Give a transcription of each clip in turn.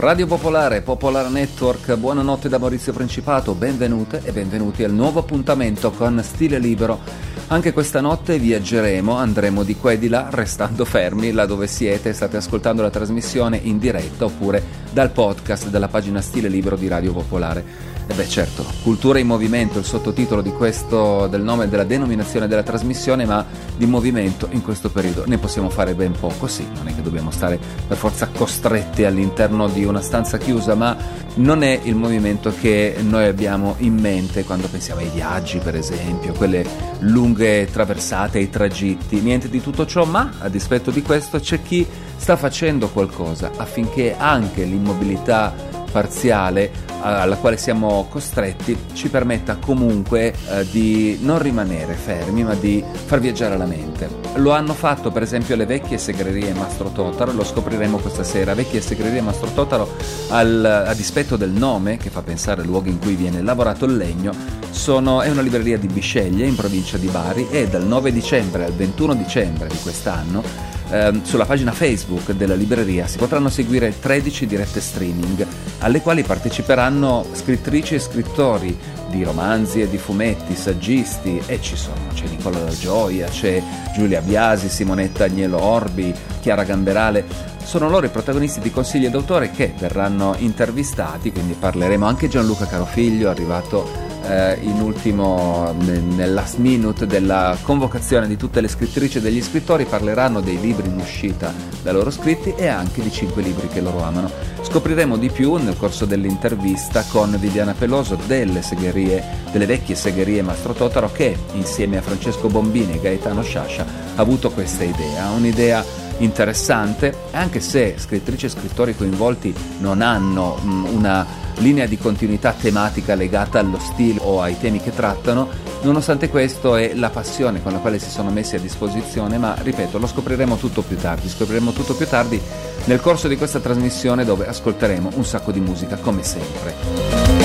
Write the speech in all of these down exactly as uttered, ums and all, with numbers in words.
Radio Popolare, Popolare Network, buonanotte da Maurizio Principato, benvenute e benvenuti al nuovo appuntamento con Stile Libero. Anche questa notte viaggeremo, andremo di qua e di là, restando fermi là dove siete, state ascoltando la trasmissione in diretta oppure dal podcast della pagina Stile Libero di Radio Popolare. E beh certo, Cultura in Movimento, il sottotitolo di questo, del nome e della denominazione della trasmissione, ma di movimento in questo periodo ne possiamo fare ben poco. Sì, non è che dobbiamo stare per forza costretti all'interno di una stanza chiusa, ma non è il movimento che noi abbiamo in mente quando pensiamo ai viaggi, per esempio, quelle lunghe traversate, ai tragitti, niente di tutto ciò, ma a dispetto di questo c'è chi sta facendo qualcosa affinché anche l'immobilità parziale alla quale siamo costretti ci permetta comunque eh, di non rimanere fermi, ma di far viaggiare la mente. Lo hanno fatto per esempio le vecchie segrerie Mastro Totaro, lo scopriremo questa sera. Vecchie segrerie Mastro Totaro, al, a dispetto del nome che fa pensare al luogo in cui viene lavorato il legno, sono, è una libreria di Bisceglie in provincia di Bari, e dal nove dicembre al ventuno dicembre di quest'anno Eh, sulla pagina Facebook della libreria si potranno seguire tredici dirette streaming alle quali parteciperanno scrittrici e scrittori di romanzi e di fumetti, saggisti, e ci sono, c'è Nicola La Gioia, c'è Giulia Biasi, Simonetta Agnello Orbi, Chiara Gamberale. Sono loro i protagonisti di Consigli d'autore che verranno intervistati, quindi parleremo anche Gianluca Carofiglio, arrivato eh, in ultimo nel last minute della convocazione di tutte le scrittrici e degli scrittori. Parleranno dei libri in uscita da loro scritti e anche di cinque libri che loro amano. Scopriremo di più nel corso dell'intervista con Viviana Peloso delle segherie, delle vecchie segherie Mastro Totaro, che insieme a Francesco Bombini e Gaetano Sciascia ha avuto questa idea, un'idea interessante, anche se scrittrici e scrittori coinvolti non hanno mh, una linea di continuità tematica legata allo stile o ai temi che trattano. Nonostante questo è la passione con la quale si sono messi a disposizione, ma ripeto, lo scopriremo tutto più tardi, scopriremo tutto più tardi nel corso di questa trasmissione, dove ascolteremo un sacco di musica come sempre.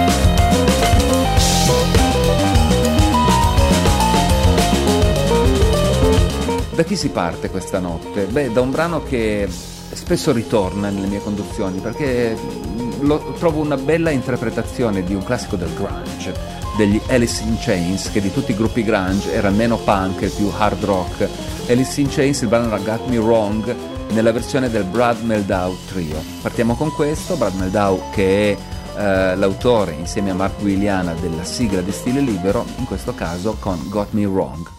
Da chi si parte questa notte? Beh, da un brano che spesso ritorna nelle mie conduzioni, perché lo, trovo una bella interpretazione di un classico del grunge, degli Alice in Chains, che di tutti i gruppi grunge era meno punk e più hard rock. Alice in Chains, il brano era Got Me Wrong, nella versione del Brad Mehldau Trio. Partiamo con questo, Brad Mehldau che è eh, l'autore insieme a Mark Guiliana della sigla di Stile Libero, in questo caso con Got Me Wrong.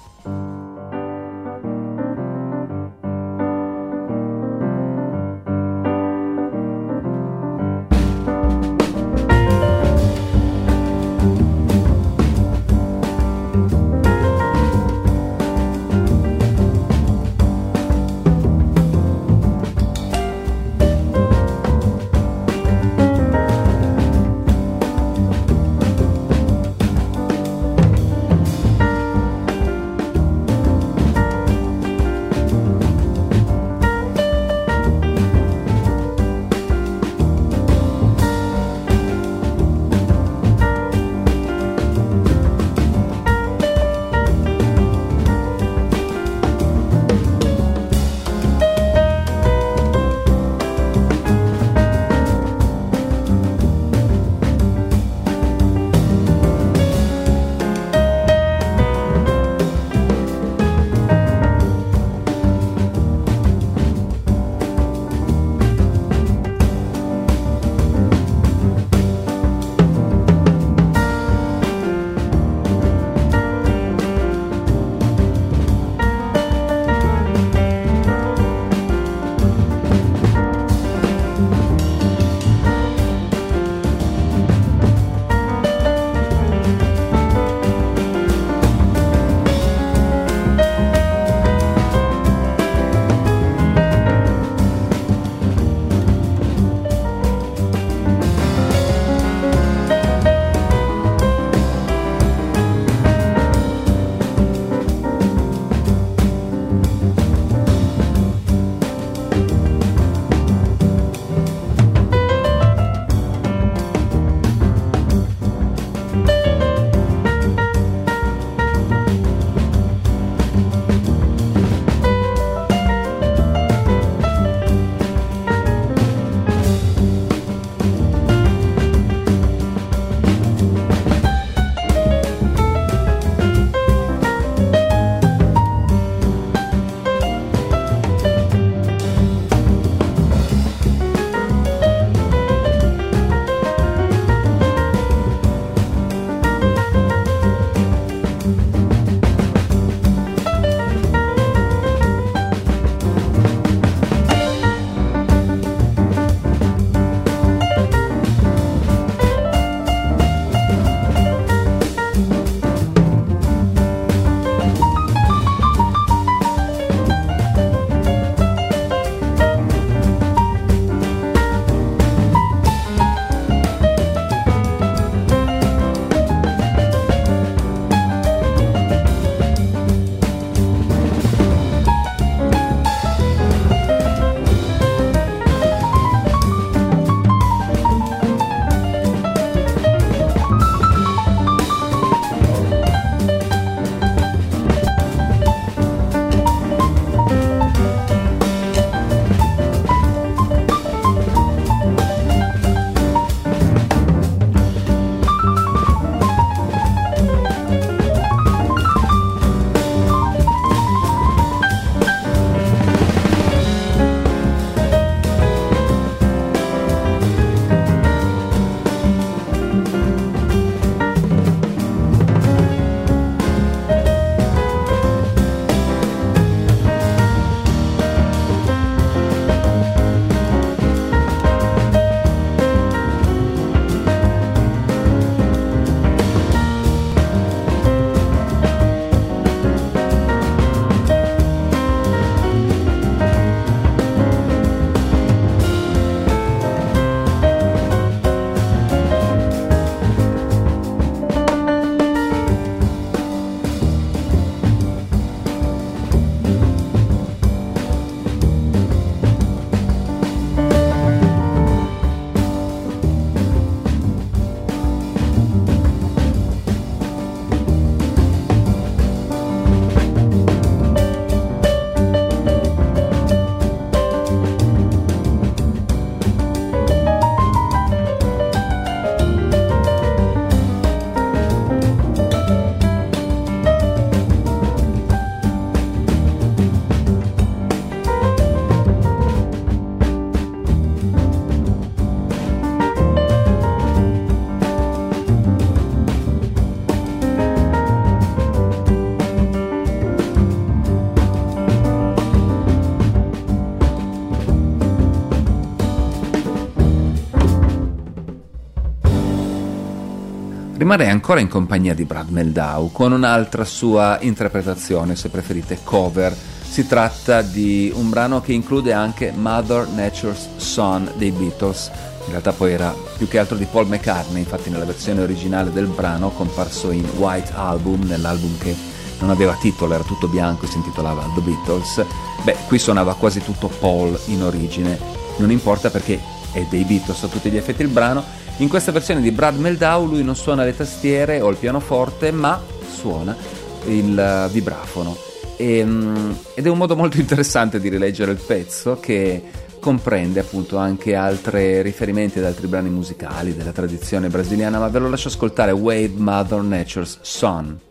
Rimarrei ancora in compagnia di Brad Mehldau con un'altra sua interpretazione, se preferite cover. Si tratta di un brano che include anche Mother Nature's Son dei Beatles. In realtà poi era più che altro di Paul McCartney, infatti nella versione originale del brano, comparso in White Album, nell'album che non aveva titolo, era tutto bianco e si intitolava The Beatles, beh, qui suonava quasi tutto Paul in origine. Non importa perché è dei Beatles a tutti gli effetti il brano. In questa versione di Brad Mehldau lui non suona le tastiere o il pianoforte, ma suona il vibrafono. E, ed è un modo molto interessante di rileggere il pezzo, che comprende appunto anche altri riferimenti ad altri brani musicali della tradizione brasiliana, ma ve lo lascio ascoltare. Wave Mother Nature's Son.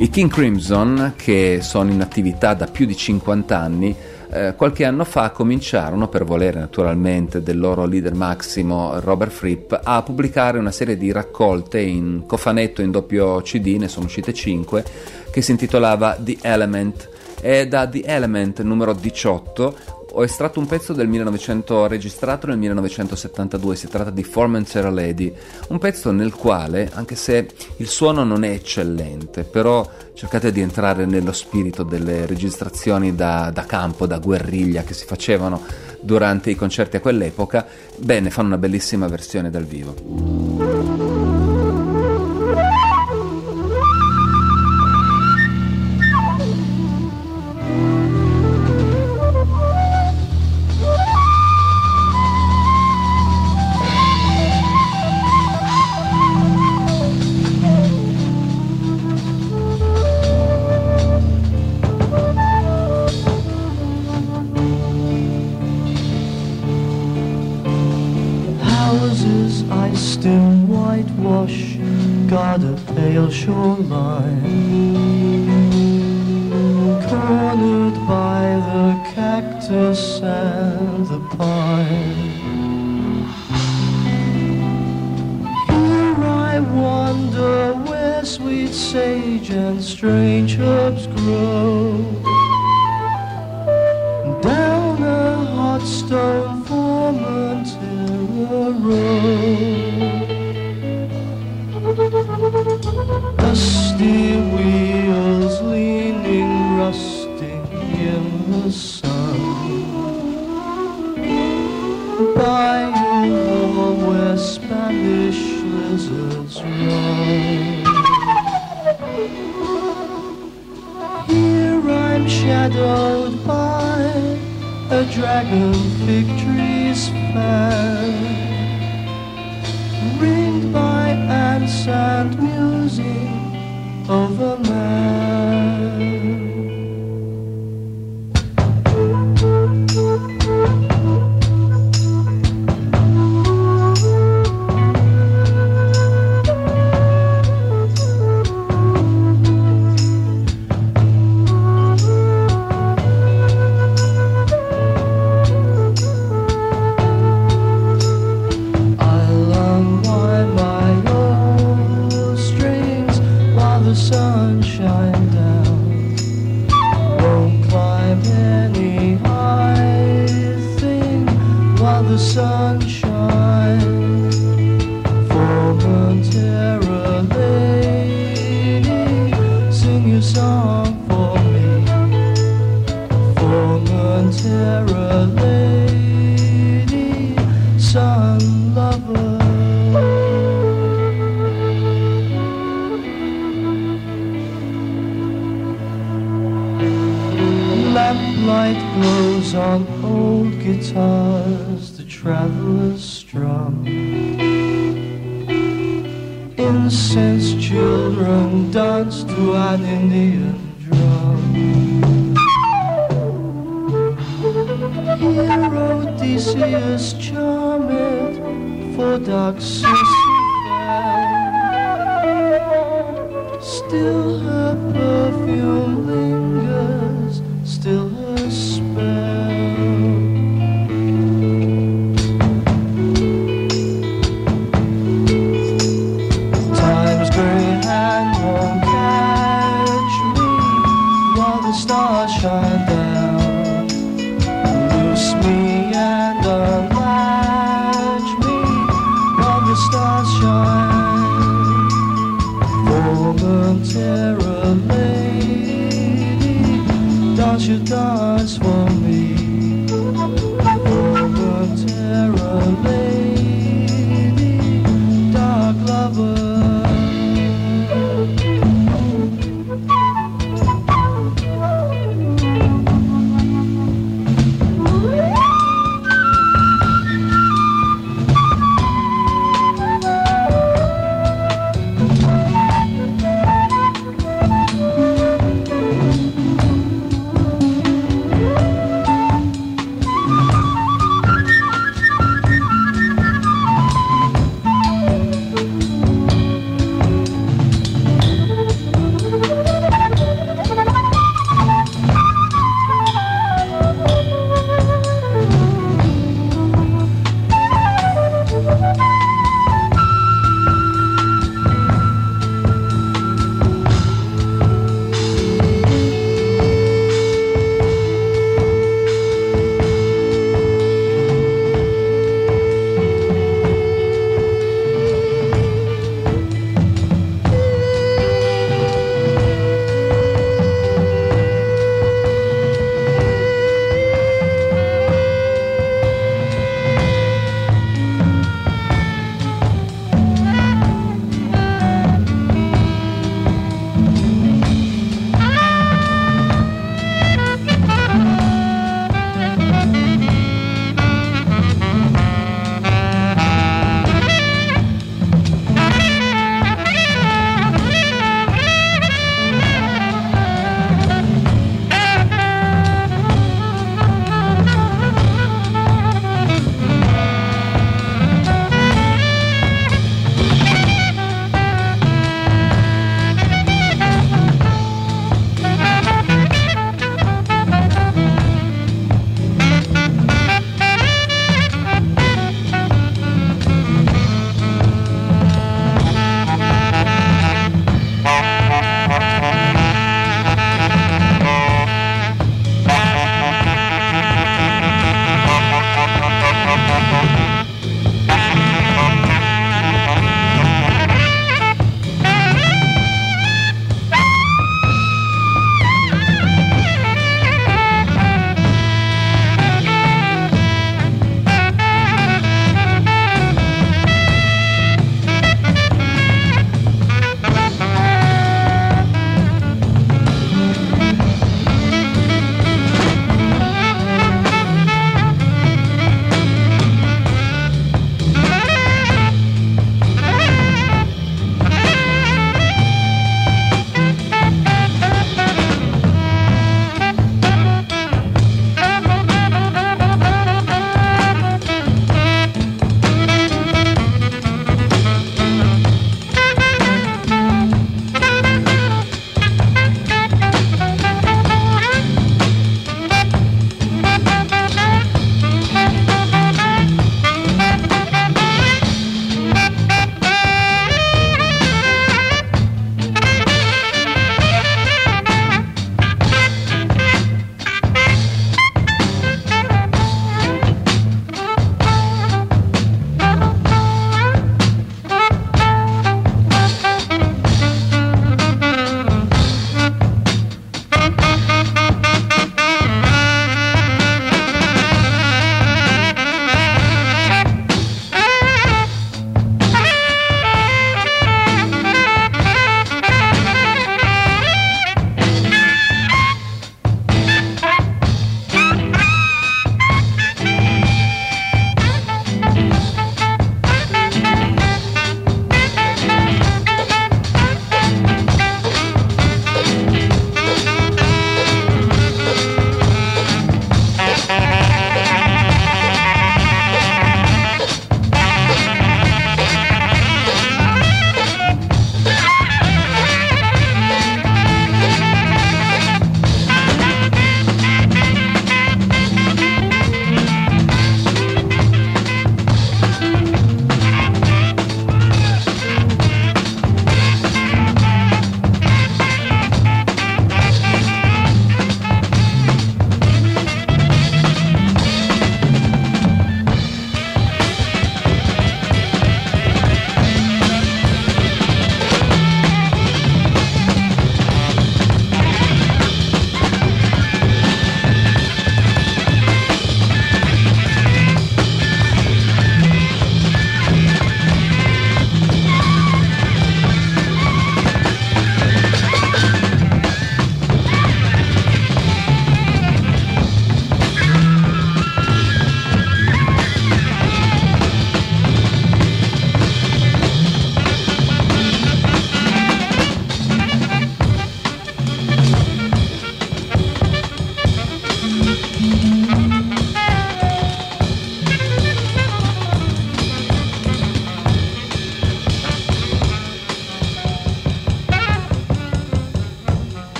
I King Crimson, che sono in attività da più di cinquanta anni, eh, qualche anno fa cominciarono, per volere naturalmente del loro leader massimo Robert Fripp, a pubblicare una serie di raccolte in cofanetto in doppio C D, ne sono uscite cinque, che si intitolava The Element, e da The Element numero diciotto ho estratto un pezzo del millenovecento registrato nel millenovecentosettantadue. Si tratta di Formentera Lady, un pezzo nel quale, anche se il suono non è eccellente, però cercate di entrare nello spirito delle registrazioni da, da campo, da guerriglia che si facevano durante i concerti a quell'epoca. Bene, fanno una bellissima versione dal vivo. In whitewash, got a pale shoreline, cornered by the cactus and the pine. Here I wander where sweet sage and strange herbs grow, down a hot stone Formentera road. Dusty wheels leaning rusting in the sun, by a wall where Spanish lizards run. Here I'm shadowed by a dragon fig tree's fan, ringed by ants and musing of a man. On old guitars the travelers strum, incensed children dance to an Indian drum. Here Odysseus charmed for dark Circe fell, still her perfume lingers, still her spell. Shine down, loose me and unlatch me while the stars shine. Formentera Lady,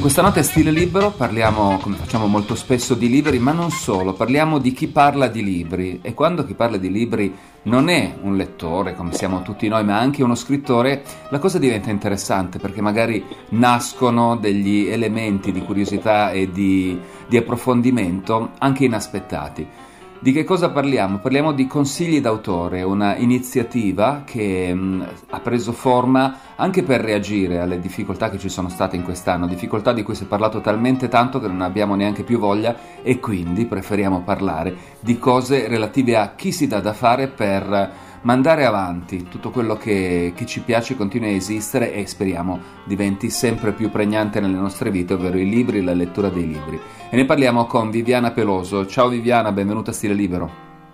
Questa notte è Stile Libero, parliamo, come facciamo molto spesso, di libri, ma non solo, parliamo di chi parla di libri, e quando chi parla di libri non è un lettore, come siamo tutti noi, ma anche uno scrittore, la cosa diventa interessante, perché magari nascono degli elementi di curiosità e di, di approfondimento anche inaspettati. Di che cosa parliamo? Parliamo di Consigli d'autore, una iniziativa che mh, ha preso forma anche per reagire alle difficoltà che ci sono state in quest'anno, difficoltà di cui si è parlato talmente tanto che non abbiamo neanche più voglia, e quindi preferiamo parlare di cose relative a chi si dà da fare per mandare avanti tutto quello che, che ci piace, continui a esistere e speriamo diventi sempre più pregnante nelle nostre vite, ovvero i libri, la lettura dei libri. E ne parliamo con Viviana Peloso. Ciao Viviana, benvenuta a Stile Libero.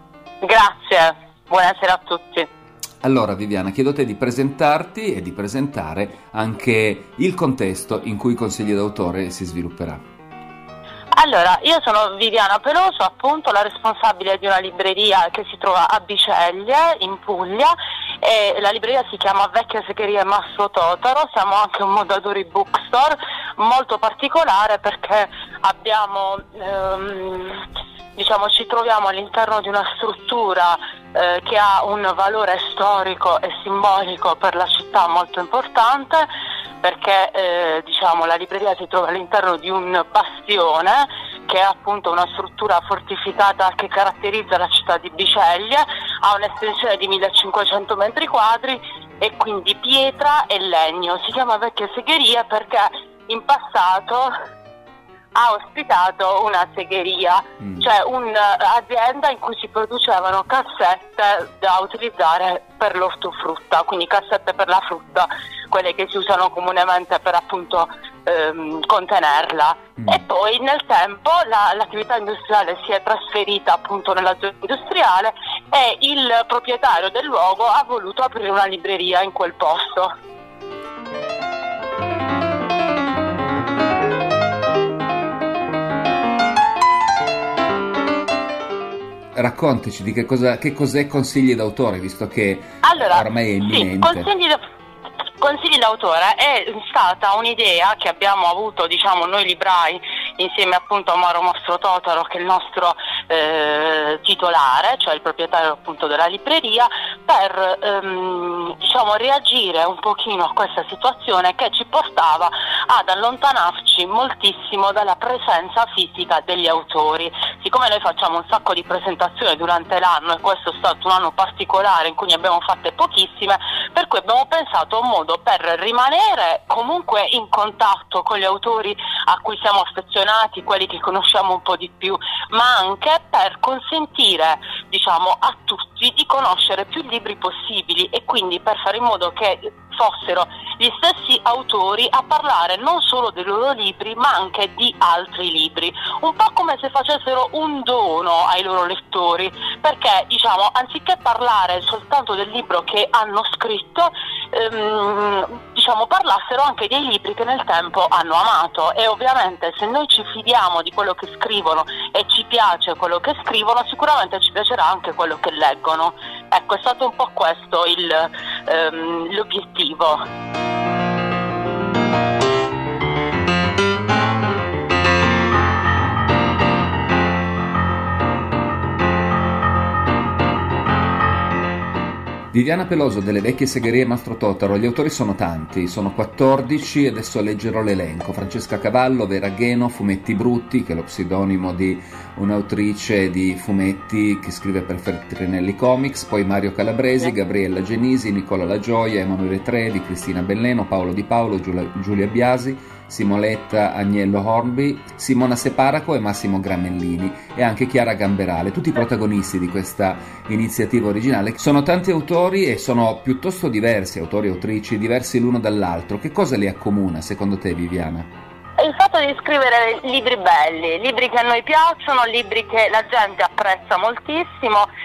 Grazie, buonasera a tutti. Allora Viviana, chiedo a te di presentarti e di presentare anche il contesto in cui Consigli d'autore si svilupperà. Allora, io sono Viviana Peloso, appunto la responsabile di una libreria che si trova a Biceglie, in Puglia, e la libreria si chiama Vecchie Segherie Mastro Totaro. Siamo anche un Mondadori bookstore molto particolare perché abbiamo, ehm, diciamo, ci troviamo all'interno di una struttura eh, che ha un valore storico e simbolico per la città molto importante, perché eh, diciamo la libreria si trova all'interno di un bastione che è appunto una struttura fortificata che caratterizza la città di Biceglie, ha un'estensione di millecinquecento metri quadri e quindi pietra e legno. Si chiama Vecchie Segherie perché in passato ha ospitato una segheria, mm. cioè un'azienda in cui si producevano cassette da utilizzare per l'ortofrutta, quindi cassette per la frutta, quelle che si usano comunemente per appunto ehm, contenerla. Mm. E poi nel tempo la, l'attività industriale si è trasferita appunto nella zona industriale e il proprietario del luogo ha voluto aprire una libreria in quel posto. Raccontaci di che, cosa, che cos'è Consigli d'autore, visto che allora, ormai è imminente. Sì, consigli, consigli d'autore è stata un'idea che abbiamo avuto, diciamo, noi librai insieme appunto a Mauro Mastro Totaro, che è il nostro eh, titolare, cioè il proprietario appunto della libreria, per ehm, diciamo reagire un pochino a questa situazione che ci portava ad allontanarci moltissimo dalla presenza fisica degli autori. Siccome noi facciamo un sacco di presentazioni durante l'anno e questo è stato un anno particolare in cui ne abbiamo fatte pochissime, per cui abbiamo pensato a un modo per rimanere comunque in contatto con gli autori a cui siamo affezionati, quelli che conosciamo un po' di più, ma anche per consentire, diciamo, a tutti di conoscere più libri possibili e quindi per fare in modo che fossero gli stessi autori a parlare non solo dei loro libri ma anche di altri libri, un po' come se facessero un dono ai loro lettori, perché diciamo anziché parlare soltanto del libro che hanno scritto, ehm, diciamo parlassero anche dei libri che nel tempo hanno amato. E ovviamente se noi ci fidiamo di quello che scrivono e ci piace quello che scrivono, sicuramente ci piacerà anche quello che leggono. Ecco, è stato un po' questo il, ehm, l'obiettivo. Viviana Peloso delle Vecchie Segherie Mastro Totaro. Gli autori sono tanti, sono quattordici, adesso leggerò l'elenco. Francesca Cavallo, Vera Gheno, Fumetti Brutti, che è lo pseudonimo di un'autrice di fumetti che scrive per Feltrinelli Comics, poi Mario Calabresi, Gabriella Genisi, Nicola La Gioia, Emanuele Trevi, Cristina Belleno, Paolo Di Paolo, Giulia, Giulia Biasi, Simoletta Agnello Hornby, Simona Separaco e Massimo Gramellini, e anche Chiara Gamberale, tutti i protagonisti di questa iniziativa originale. Sono tanti autori e sono piuttosto diversi, autori e autrici, diversi l'uno dall'altro. Che cosa li accomuna secondo te, Viviana? Il fatto di scrivere libri belli, libri che a noi piacciono, libri che la gente apprezza moltissimo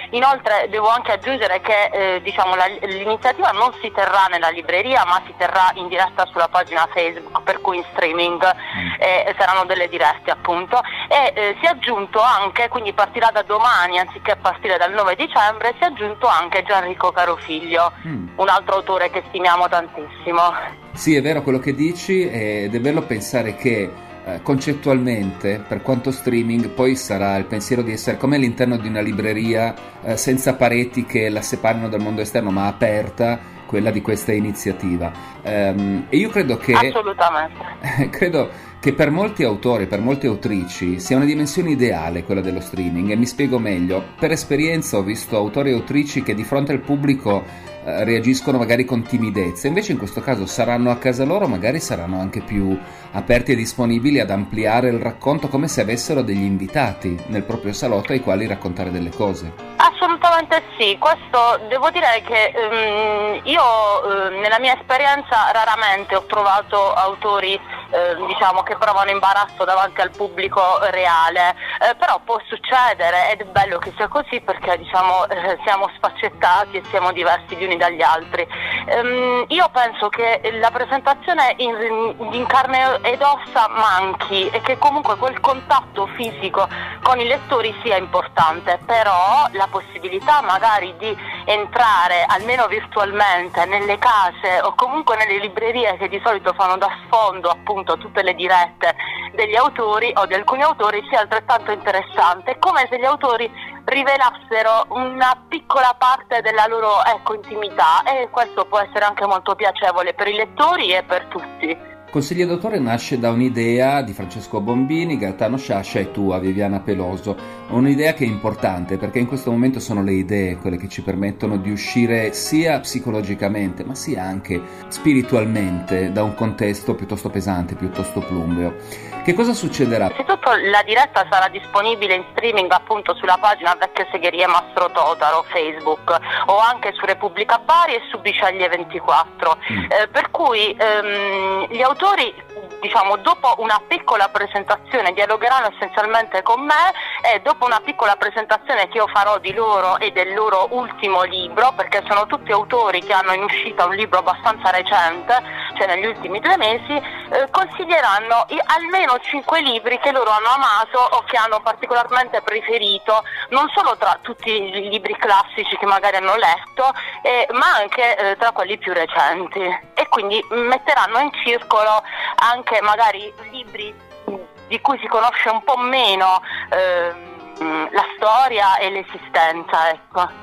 Inoltre devo anche aggiungere che eh, diciamo, la, l'iniziativa non si terrà nella libreria, ma si terrà in diretta sulla pagina Facebook, per cui in streaming eh, saranno delle dirette appunto, e eh, si è aggiunto anche, quindi partirà da domani anziché partire dal nove dicembre, si è aggiunto anche Gianrico Carofiglio, mm. un altro autore che stimiamo tantissimo. Sì, è vero quello che dici, ed è bello pensare che eh, concettualmente, per quanto streaming, poi sarà il pensiero di essere come all'interno di una libreria eh, senza pareti che la separino dal mondo esterno, ma aperta, quella di questa iniziativa. Um, e io credo che assolutamente credo che per molti autori, per molte autrici, sia una dimensione ideale quella dello streaming, e mi spiego meglio. Per esperienza ho visto autori e autrici che di fronte al pubblico eh, reagiscono magari con timidezza, invece in questo caso saranno a casa loro, magari saranno anche più aperti e disponibili ad ampliare il racconto, come se avessero degli invitati nel proprio salotto ai quali raccontare delle cose. Assolutamente sì, questo devo dire che um, io uh, nella mia esperienza raramente ho trovato autori uh, diciamo che provano imbarazzo davanti al pubblico reale, uh, però può succedere ed è bello che sia così, perché diciamo uh, siamo sfaccettati e siamo diversi gli uni dagli altri. Um, io penso che la presentazione in, in carne ed ossa manchi e che comunque quel contatto fisico con i lettori sia importante, però la possibilità magari di entrare almeno virtualmente nelle case o comunque nelle librerie che di solito fanno da sfondo appunto tutte le dirette degli autori o di alcuni autori sia altrettanto interessante. È come se gli autori rivelassero una piccola parte della loro ecco, intimità, e questo può essere anche molto piacevole per i lettori e per tutti. Consiglio d'autore nasce da un'idea di Francesco Bombini, Gaetano Sciascia e tua, Viviana Peloso. Un'idea che è importante perché in questo momento sono le idee quelle che ci permettono di uscire sia psicologicamente ma sia anche spiritualmente da un contesto piuttosto pesante, piuttosto plumbeo. Che cosa succederà? Innanzitutto la diretta sarà disponibile in streaming appunto sulla pagina Vecchie Segherie Mastro Totaro Facebook, o anche su Repubblica Bari e su Biceglie ventiquattro, mm. eh, per cui ehm, gli autori diciamo dopo una piccola presentazione dialogheranno essenzialmente con me, e dopo una piccola presentazione che io farò di loro e del loro ultimo libro, perché sono tutti autori che hanno in uscita un libro abbastanza recente, cioè negli ultimi due mesi, eh, consiglieranno i, almeno cinque libri che loro hanno amato o che hanno particolarmente preferito, non solo tra tutti i libri classici che magari hanno letto, eh, ma anche eh, tra quelli più recenti, e quindi metteranno in circolo anche magari libri di cui si conosce un po' meno eh, la storia e l'esistenza, ecco.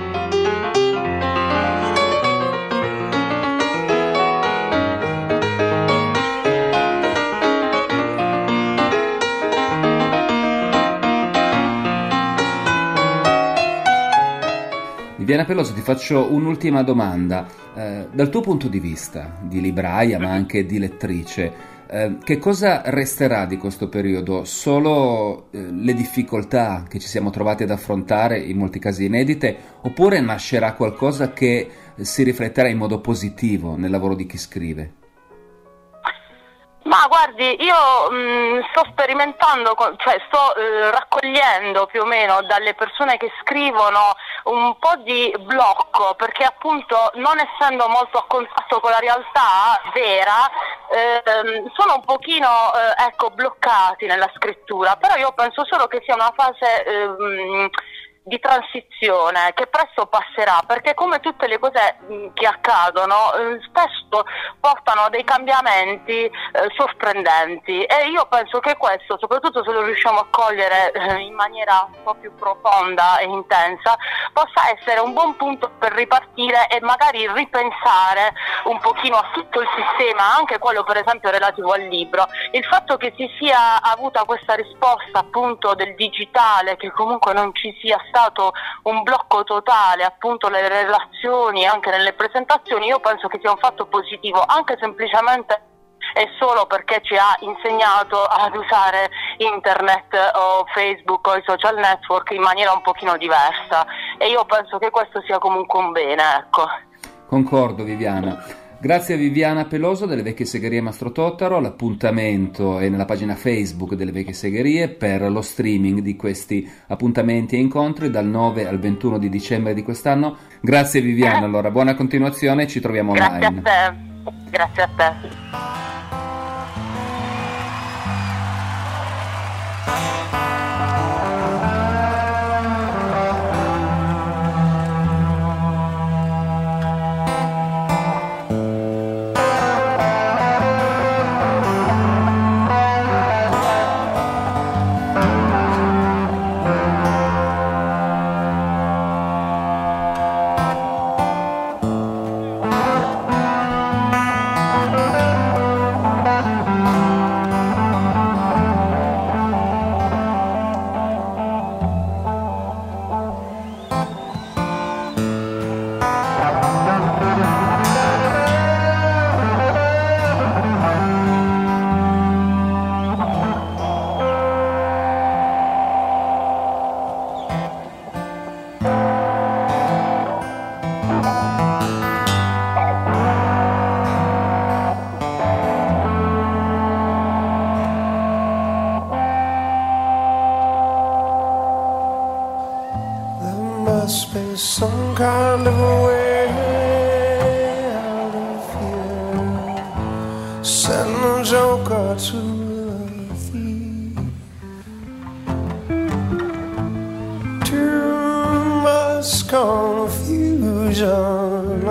Viviana Peloso, ti faccio un'ultima domanda. Eh, dal tuo punto di vista, di libraia ma anche di lettrice, eh, che cosa resterà di questo periodo? Solo eh, le difficoltà che ci siamo trovati ad affrontare, in molti casi inedite, oppure nascerà qualcosa che si rifletterà in modo positivo nel lavoro di chi scrive? Ma guardi, io mh, sto sperimentando, cioè sto eh, raccogliendo più o meno dalle persone che scrivono un po' di blocco, perché appunto non essendo molto a contatto con la realtà vera, eh, sono un pochino eh, ecco, bloccati nella scrittura, però io penso solo che sia una fase eh, mh, di transizione che presto passerà, perché come tutte le cose mh, che accadono eh, spesso portano a dei cambiamenti eh, sorprendenti, e io penso che questo, soprattutto se lo riusciamo a cogliere eh, in maniera un po' più profonda e intensa, possa essere un buon punto per ripartire e magari ripensare un pochino a tutto il sistema, anche quello per esempio relativo al libro. Il fatto che si sia avuta questa risposta appunto del digitale, che comunque non ci sia stato un blocco totale appunto nelle relazioni, anche nelle presentazioni, io penso che sia un fatto positivo, anche semplicemente e solo perché ci ha insegnato ad usare internet o Facebook o i social network in maniera un pochino diversa, e io penso che questo sia comunque un bene, ecco. Concordo, Viviana. Grazie a Viviana Peloso delle Vecchie Segherie Mastro Totaro. L'appuntamento è nella pagina Facebook delle Vecchie Segherie per lo streaming di questi appuntamenti e incontri dal nove al ventuno di dicembre di quest'anno. Grazie Viviana, allora buona continuazione, ci troviamo online. Grazie a te, grazie a te. Must be some kind of a way out of here. Send a joker to the thief. Too much confusion.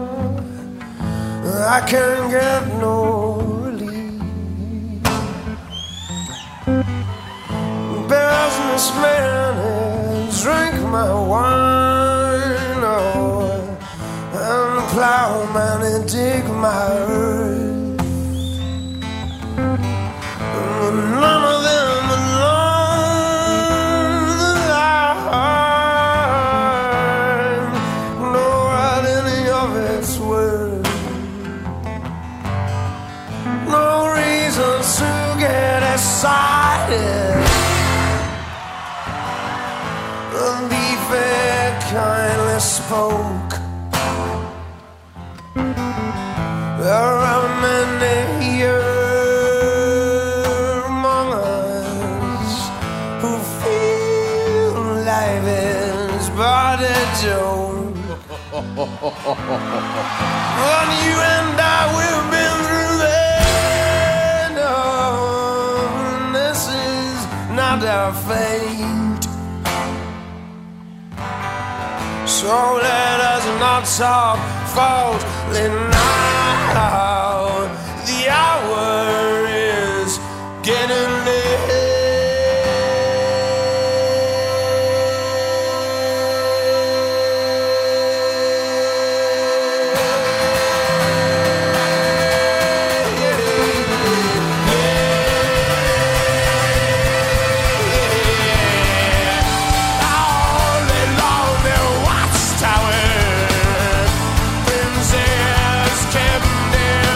I can't get no relief. Businessman and drink my wine, oh, and the plowman and dig my earth. None of them along the line know what any of it's worth. No reason to get excited. Be fair, kindly spoke. There are many here among us who feel life is but a joke. But you and I, we've been through it. Oh, this is not our fate. So let us not talk falsely now. The hour is getting late. Kept there.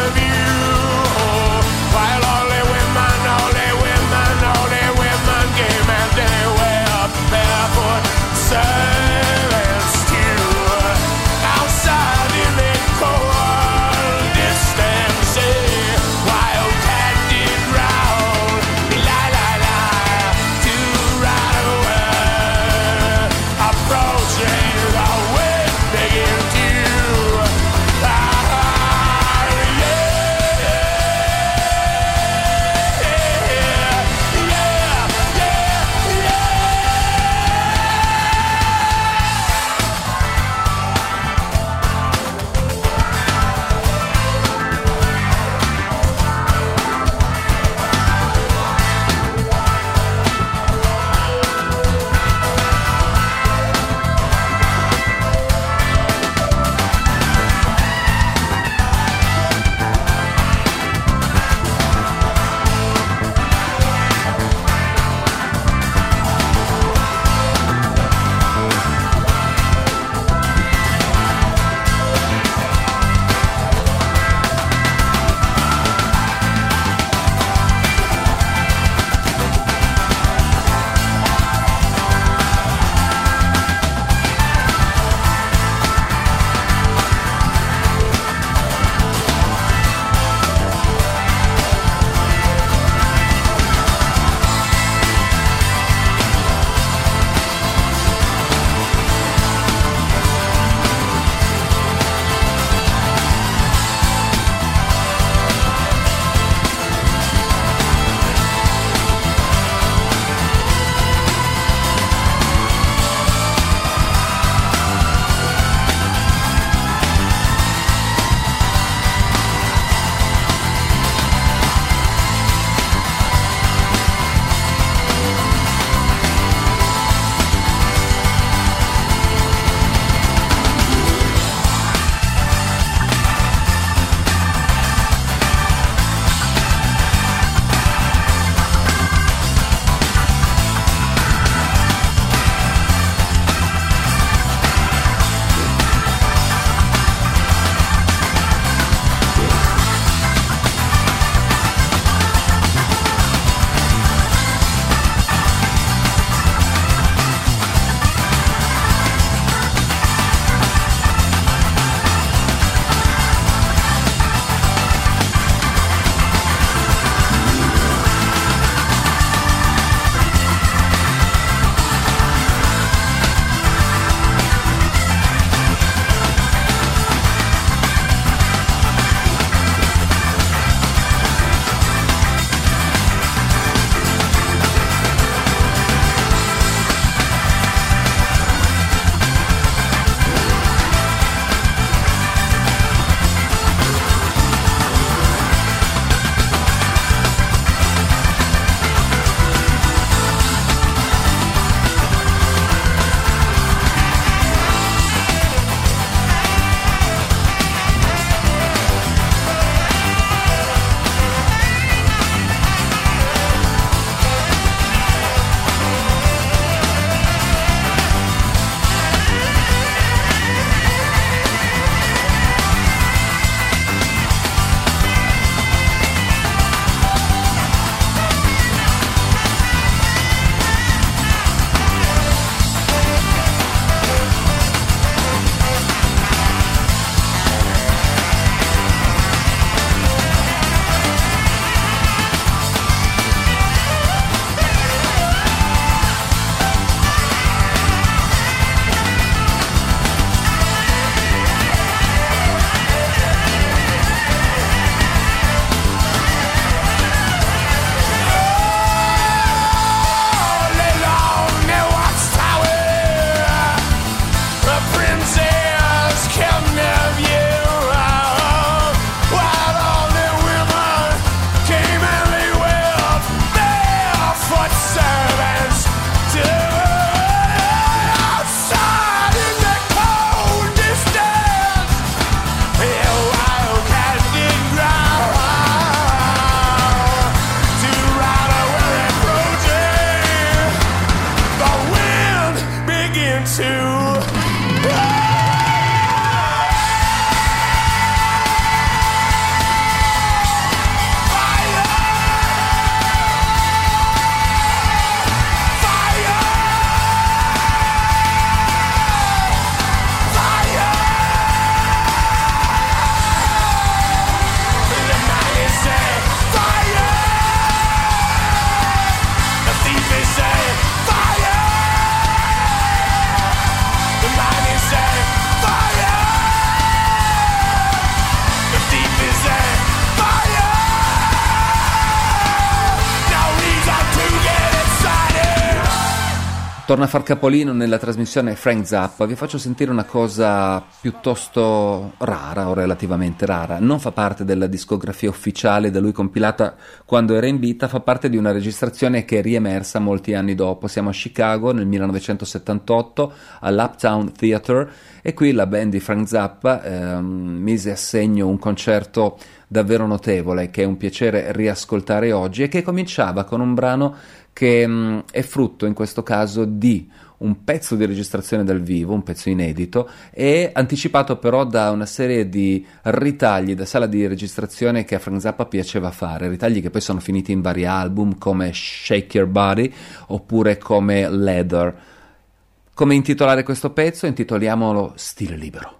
into. Torna a far capolino nella trasmissione Frank Zappa. Vi faccio sentire una cosa piuttosto rara o relativamente rara. Non fa parte della discografia ufficiale da lui compilata quando era in vita, fa parte di una registrazione che è riemersa molti anni dopo. Siamo a Chicago nel millenovecentosettantotto all'Uptown Theatre e qui la band di Frank Zappa ehm, mise a segno un concerto davvero notevole che è un piacere riascoltare oggi e che cominciava con un brano che mh, è frutto in questo caso di un pezzo di registrazione dal vivo, un pezzo inedito, e anticipato però da una serie di ritagli da sala di registrazione che a Frank Zappa piaceva fare, ritagli che poi sono finiti in vari album come Shake Your Body oppure come Leather. Come intitolare questo pezzo? Intitoliamolo Stile Libero.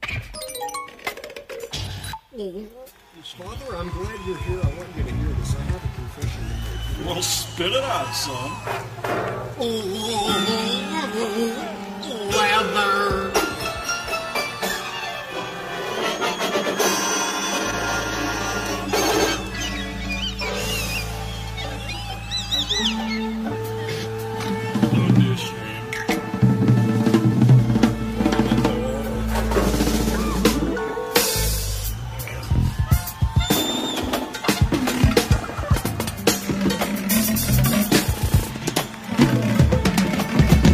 Father, I'm glad you're here. I want you to hear this. I have a confession to make. Well, spit it out, son. Leather. Thank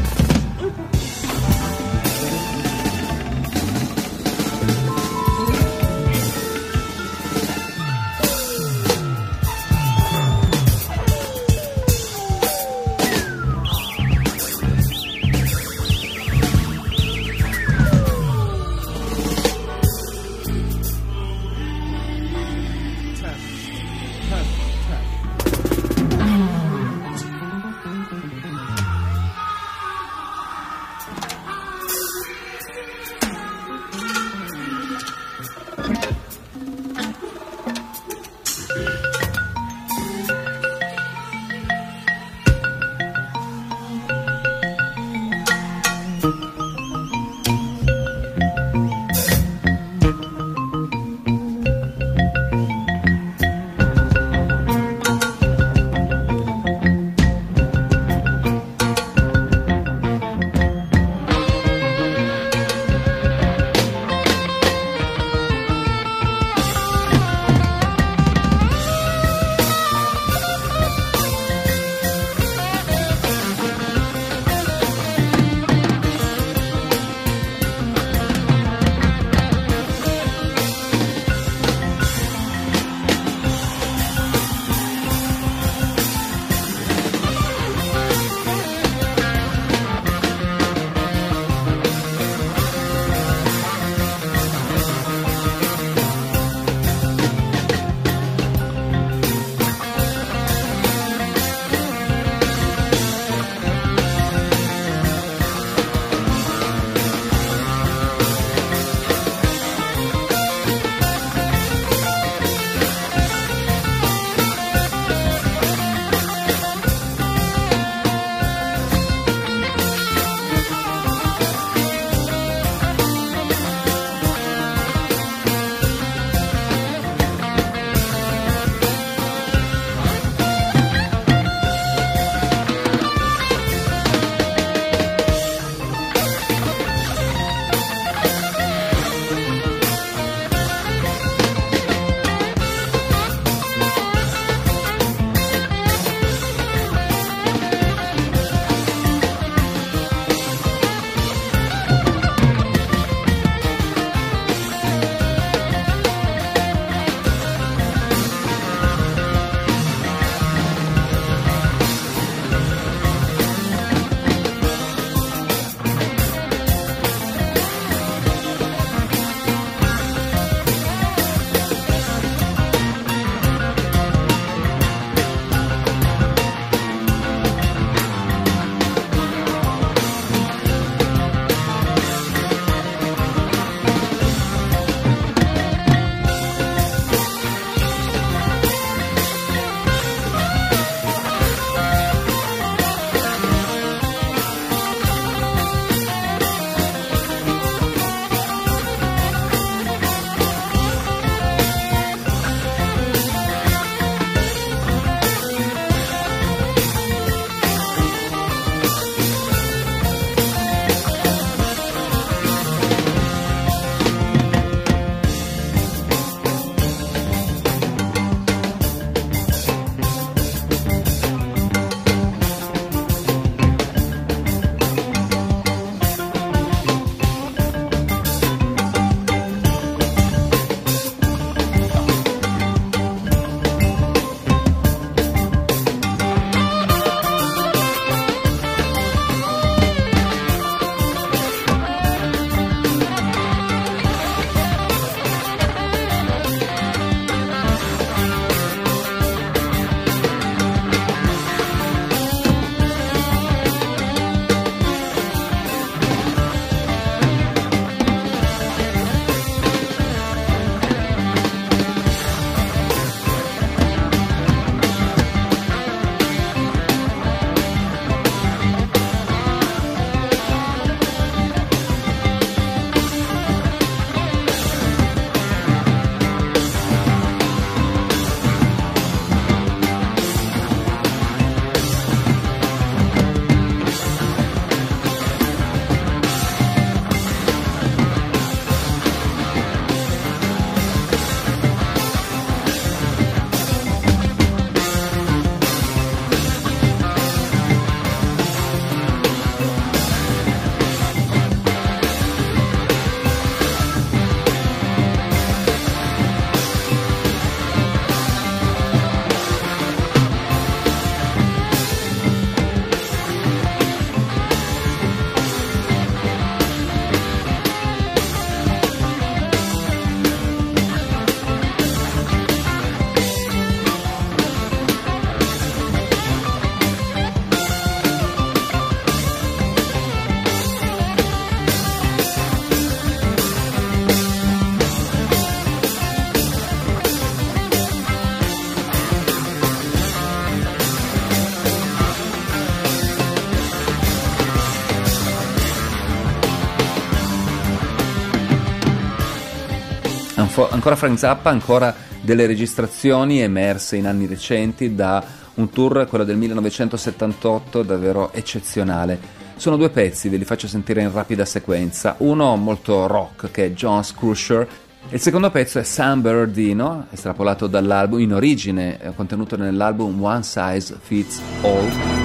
Ancora Frank Zappa, ancora delle registrazioni emerse in anni recenti da un tour, quello del millenovecentosettantotto, davvero eccezionale. Sono due pezzi, ve li faccio sentire in rapida sequenza. Uno molto rock, che è John's Crusher. Il secondo pezzo è San Bernardino, estrapolato dall'album, in origine contenuto nell'album One Size Fits All.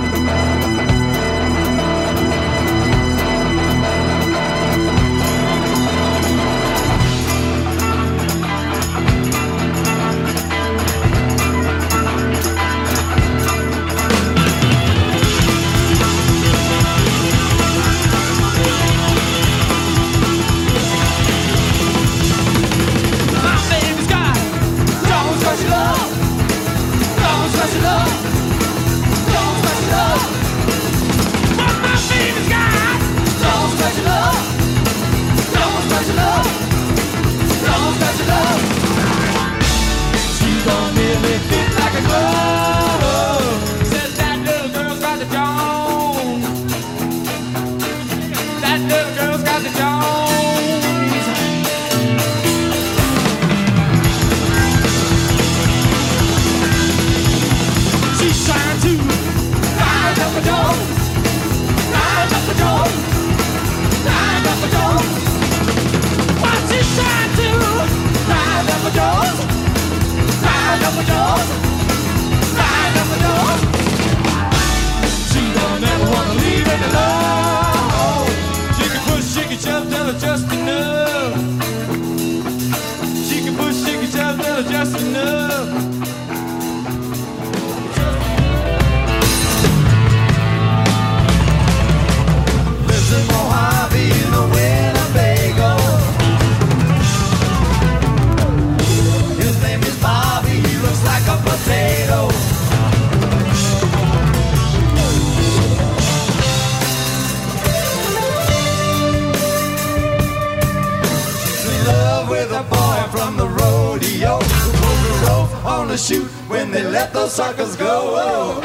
Shoot when they let those suckers go.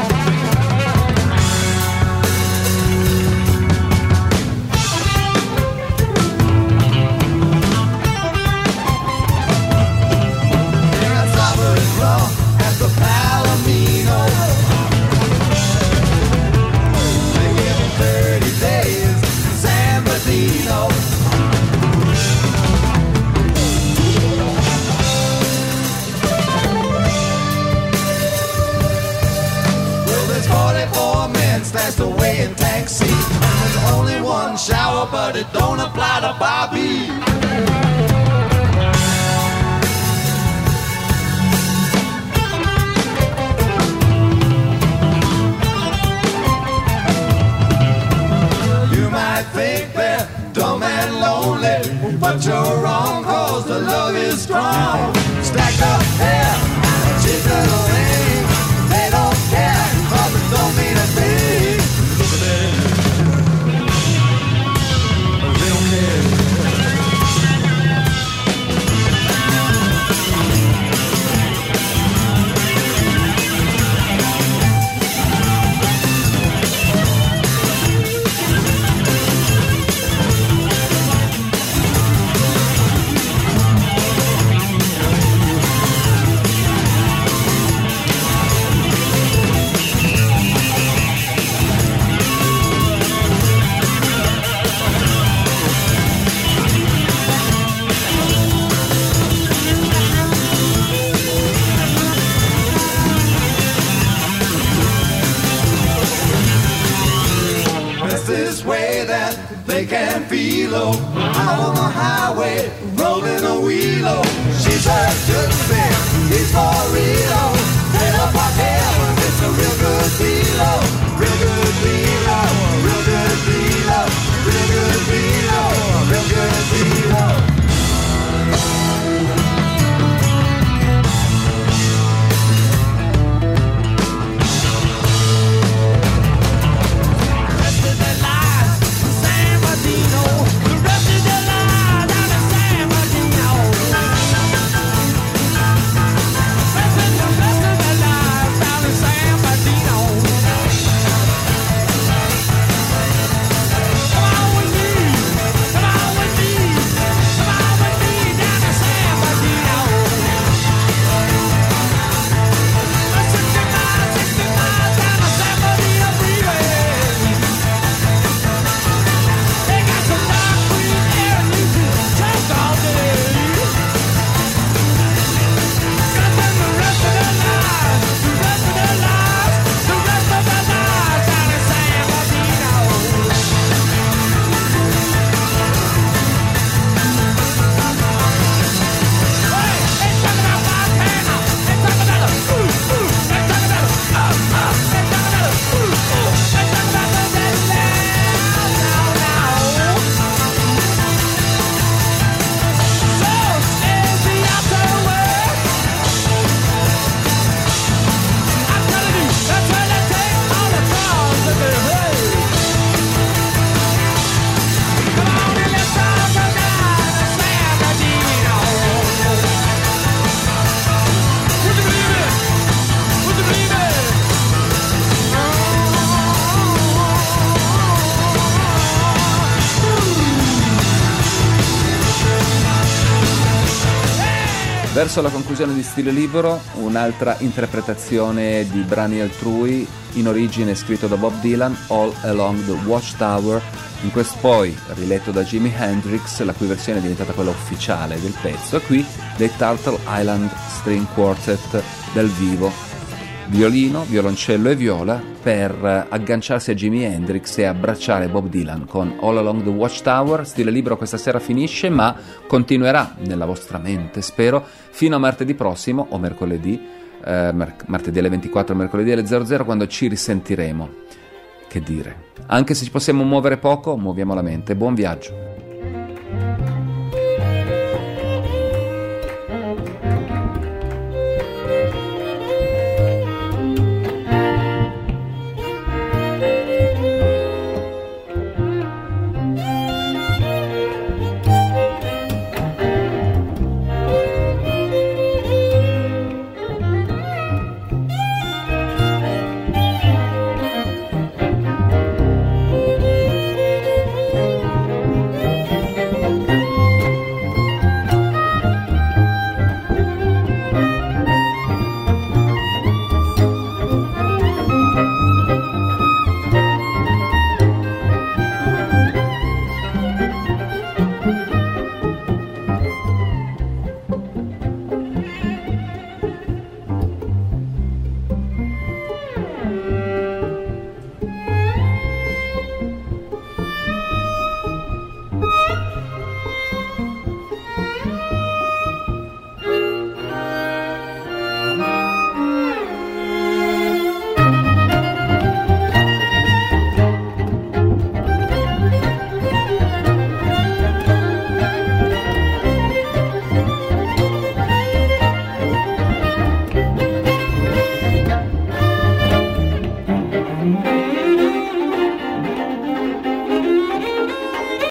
That's Robert Raw at the Palomino. They give him thirty days in San Bernardino. That's the way in taxi. There's only one shower, but it don't apply to Bobby. You might think they're dumb and lonely, but you're wrong, cause the love is strong. Stacked up hair, cheap little thing. They don't care, cause it don't mean a thing. They can feel her out on the highway, rolling a wheelo. She's a good thing, he's for real. Head up our hair, it's a real good deal. Real good deal, real good deal, real good deal, real good deal. Verso la conclusione di Stile Libero, un'altra interpretazione di brani altrui, in origine scritto da Bob Dylan, All Along the Watchtower, in questo poi riletto da Jimi Hendrix, la cui versione è diventata quella ufficiale del pezzo, e qui dei Turtle Island String Quartet dal vivo, violino, violoncello e viola, per agganciarsi a Jimi Hendrix e abbracciare Bob Dylan con All Along the Watchtower. Stile Libero questa sera finisce, ma continuerà nella vostra mente, spero, fino a martedì prossimo o mercoledì, eh, mer- martedì alle ventiquattro, mercoledì alle zero zero, quando ci risentiremo. Che dire, anche se ci possiamo muovere poco, muoviamo la mente. Buon viaggio.